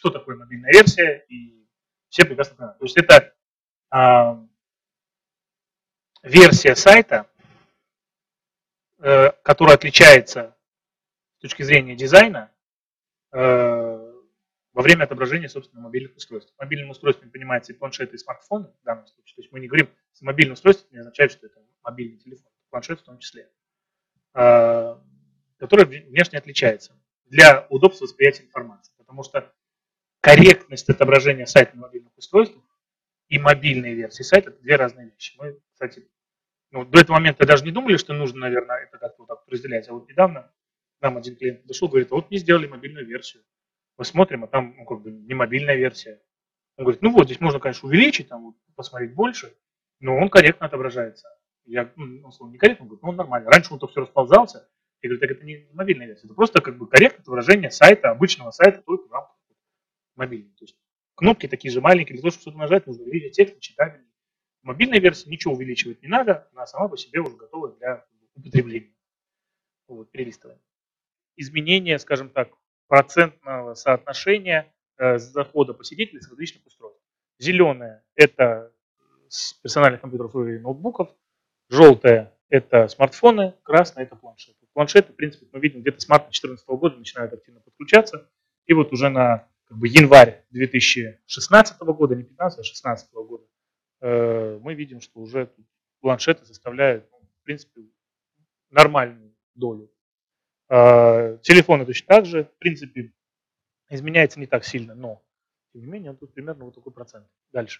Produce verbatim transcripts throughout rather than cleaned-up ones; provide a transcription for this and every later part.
что такое мобильная версия, и все прекрасно понимают. То есть это а, версия сайта, э, которая отличается с точки зрения дизайна э, во время отображения, собственно, мобильных устройств. Мобильным устройством понимается и планшеты, и смартфоны в данном случае. То есть мы не говорим, что мобильное устройство не означает, что это мобильный телефон, планшет в том числе, э, который внешне отличается для удобства восприятия информации. Потому что корректность отображения сайта на мобильных устройствах и мобильные версии сайта – это две разные вещи. Мы, кстати, ну, до этого момента даже не думали, что нужно, наверное, это как-то вот так разделять. А вот недавно нам один клиент подошел, говорит, а вот не сделали мобильную версию. Мы смотрим, а там ну, как бы не мобильная версия. Он говорит, ну вот здесь можно, конечно, увеличить, там, вот, посмотреть больше, но он корректно отображается. Я, ну, он сказал, не корректно, он говорит, ну он нормально. Раньше он то все расползался. Я говорю, так это не мобильная версия, это просто как бы корректное отображение сайта, обычного сайта, только в рамках мобильного. То есть кнопки такие же маленькие, для того, чтобы что-то нажать, нужно увидеть текст, читабельный. В мобильной версии ничего увеличивать не надо, она сама по себе уже готова для употребления. Вот, перелистываем. Изменение, скажем так, процентного соотношения э, захода посетителей с различных устройств. Зеленое – это с персональных компьютеров и ноутбуков, желтое – это смартфоны, красное – это планшеты. Планшеты, в принципе, мы видим, где-то с марта две тысячи четырнадцатого года начинают активно подключаться, и вот уже на как бы, январь две тысячи шестнадцатого года, не пятнадцатого, а шестнадцатого года, э, мы видим, что уже планшеты составляют, ну, в принципе, нормальную долю. Э, телефоны точно так же, в принципе, изменяется не так сильно, но, тем не менее, он тут примерно вот такой процент. Дальше.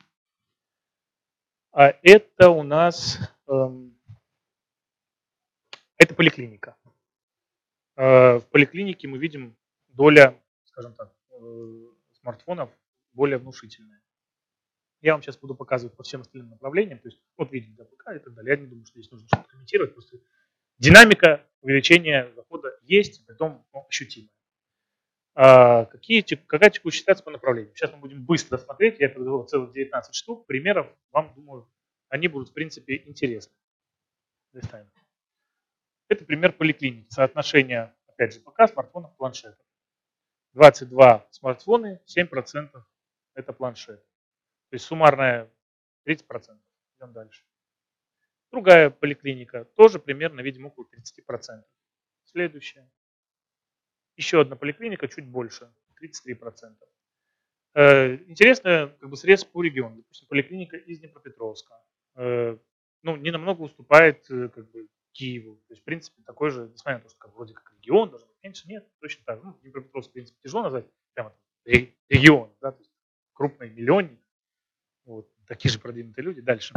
А это у нас, эм, это поликлиника. Э, в поликлинике мы видим доля, скажем так, э, смартфонов более внушительная. Я вам сейчас буду показывать по всем остальным направлениям, то есть вот видим ДПК и так далее. Я не думаю, что здесь нужно что-то комментировать, просто динамика увеличения захода есть, притом ну, ощутимая. А какие, какая текущая ситуация по направлениям? Сейчас мы будем быстро смотреть, я подготовил целых девятнадцать штук, примеров, вам, думаю, они будут в принципе интересны. Листаем. Это пример поликлиники, соотношение, опять же, ПК, смартфонов, планшетов. двадцать два смартфоны, семь процентов это планшет. То есть суммарная тридцать процентов. Идем дальше. Другая поликлиника, тоже примерно, видимо, около тридцати процентов. Следующая. Еще одна поликлиника, чуть больше, тридцать три процента. Э, интересно, как бы срез по региону. Допустим, поликлиника из Днепропетровска. Э, ну, не намного уступает э, как бы, Киеву. То есть, в принципе, такой же, несмотря на то, что как, вроде как регион, должен быть меньше, нет, точно так. Ну, Днепропетровск, в принципе, тяжело назвать прямо регион, да, то есть крупный миллионник. Вот, такие же продвинутые люди. Дальше.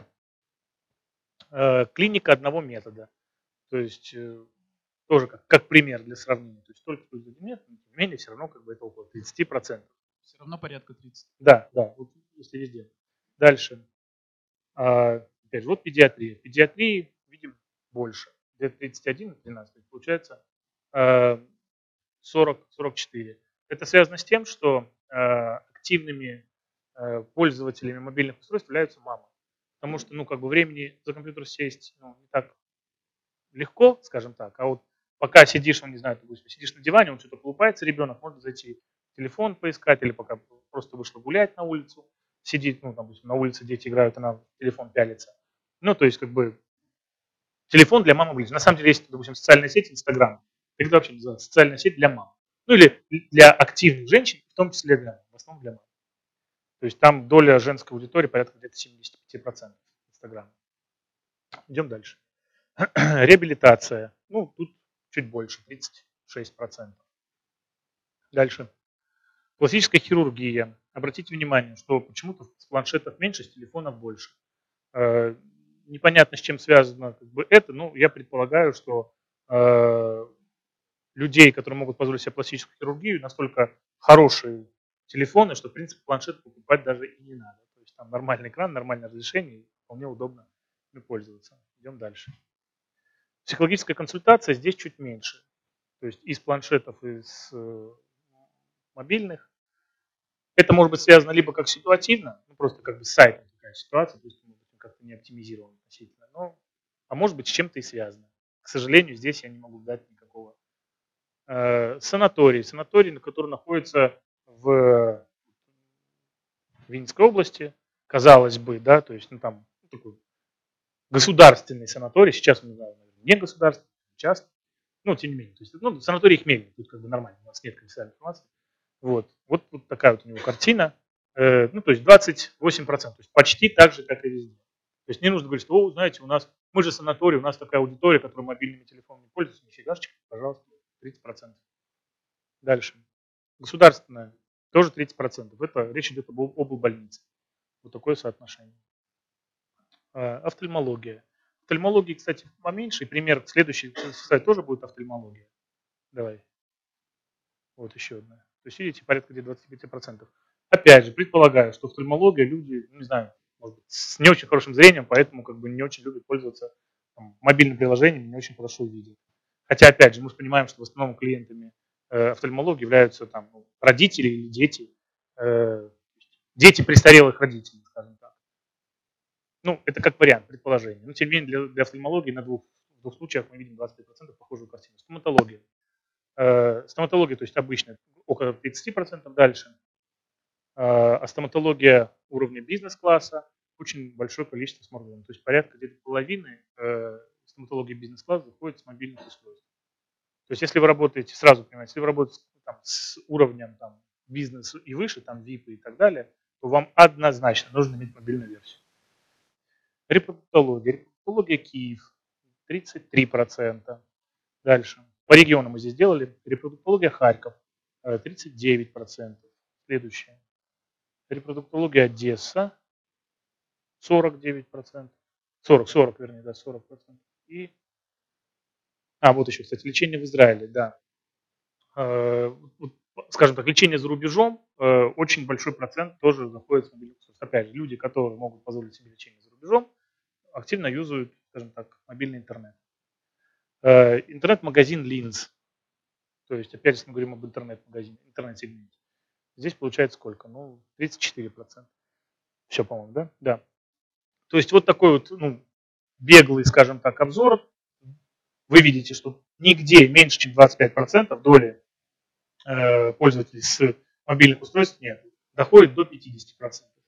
Э, клиника одного метода. То есть э, тоже как, как пример для сравнения. То есть только один метод, но тем не менее все равно как бы это около тридцати процентов. Все равно порядка тридцати. Да, да, вот если везде. Дальше. А, опять же, вот педиатрия. В педиатрии видим больше. Где-то тридцать один, тринадцать. То есть получается э, сорок сорок четыре. Это связано с тем, что э, активными э, пользователями мобильных устройств являются мамы. Потому что, ну, как бы времени за компьютер сесть ну, не так легко, скажем так, а вот пока сидишь, он не знаю, допустим, сидишь на диване, он что-то колупается, ребенок, можно зайти в телефон поискать, или пока просто вышла гулять на улицу, сидит, ну, допустим, на улице дети играют, она в телефон пялится. Ну, то есть, как бы, телефон для мамы ближе. На самом деле, есть, допустим, социальная сеть Инстаграм, это вообще называется социальная сеть для мам. Ну, или для активных женщин, в том числе для мам, в основном для мам. То есть, там доля женской аудитории порядка где-то семьдесят пять процентов Инстаграма. Идем дальше. Реабилитация. Ну, тут чуть больше, тридцать шесть процентов. Дальше. Классическая хирургия. Обратите внимание, что почему-то с планшетов меньше, с телефонов больше. Э, непонятно, с чем связано как бы это, но я предполагаю, что э, людей, которые могут позволить себе пластическую хирургию, настолько хорошие телефоны, что, в принципе, планшет покупать даже и не надо. То есть там нормальный экран, нормальное разрешение, и вполне удобно ими пользоваться. Идем дальше. Психологическая консультация здесь чуть меньше. То есть из планшетов, из э, мобильных. Это может быть связано либо как ситуативно, ну просто как бы с сайтом такая ситуация, то есть может быть, как-то не оптимизирован относительно, но, а может быть с чем-то и связано. К сожалению, здесь я не могу дать никакого. Э, санаторий. Санаторий, который находится в Винницкой области, казалось бы, да, то есть, ну, там такой государственный санаторий, сейчас, не знаю, не государственный, частный, но тем не менее, то есть, ну, санаторий Хмельник, тут как бы нормально, у нас нет конфиденциальной информации. Вот, вот, вот такая вот у него картина, э, ну, то есть двадцать восемь процентов, то есть почти так же, как и везде. То есть не нужно говорить, что, о, знаете, у нас, мы же санаторий, у нас такая аудитория, которая мобильными телефонами пользуется, нифигашечка, пожалуйста, тридцать процентов. Дальше. Государственная, тоже тридцать процентов. Это речь идет об облбольнице. Вот такое соотношение. Офтальмология. Офтальмологии, кстати, поменьше. Пример следующий слайд тоже будет офтальмология. Давай. Вот еще одна. То есть, видите, порядка где двадцать пять процентов. Опять же, предполагаю, что офтальмология люди, не знаю, может быть, с не очень хорошим зрением, поэтому как бы не очень любят пользоваться там, мобильным приложением, не очень хорошо видят. Хотя, опять же, мы понимаем, что в основном клиентами э, офтальмологии являются там, ну, родители или дети. Э, дети престарелых родителей, скажем так. Ну, это как вариант, предположение. Но, тем не менее, для, для офтальмологии на двух, в двух случаях мы видим двадцать пять процентов похожую картину. Стоматология. Э, стоматология, то есть обычная, около тридцать процентов дальше. Э, а стоматология уровня бизнес-класса, очень большое количество смартфонов. То есть порядка где-то половины э, стоматологии бизнес-класса заходит с мобильных устройств. То есть если вы работаете, сразу понимаете, если вы работаете там, с уровнем там, бизнес и выше, там ви ай пи и так далее, то вам однозначно нужно иметь мобильную версию. Репродуктология. Репродуктология Киев, тридцать три процента. Дальше. По регионам мы здесь делали. Репродуктология Харьков, тридцать девять процентов. Следующее. Репродуктология Одесса, сорок девять процентов. сорок, сорок, вернее, да, сорок процентов. И, а, вот еще, кстати, лечение в Израиле, да. Скажем так, лечение за рубежом, очень большой процент тоже заходит с мобильных устройств. Опять же, люди, которые могут позволить себе лечение за рубежом, активно юзают, скажем так, мобильный интернет. Интернет-магазин Линз. То есть, опять же, мы говорим об интернет-магазине, интернет-сегменте. Здесь получается сколько? Ну, тридцать четыре процента. Все, по-моему, да? Да. То есть, вот такой вот, ну, беглый, скажем так, обзор. Вы видите, что нигде меньше, чем двадцать пять процентов доли э, пользователей с мобильных устройств нет. Доходит до пятидесяти процентов.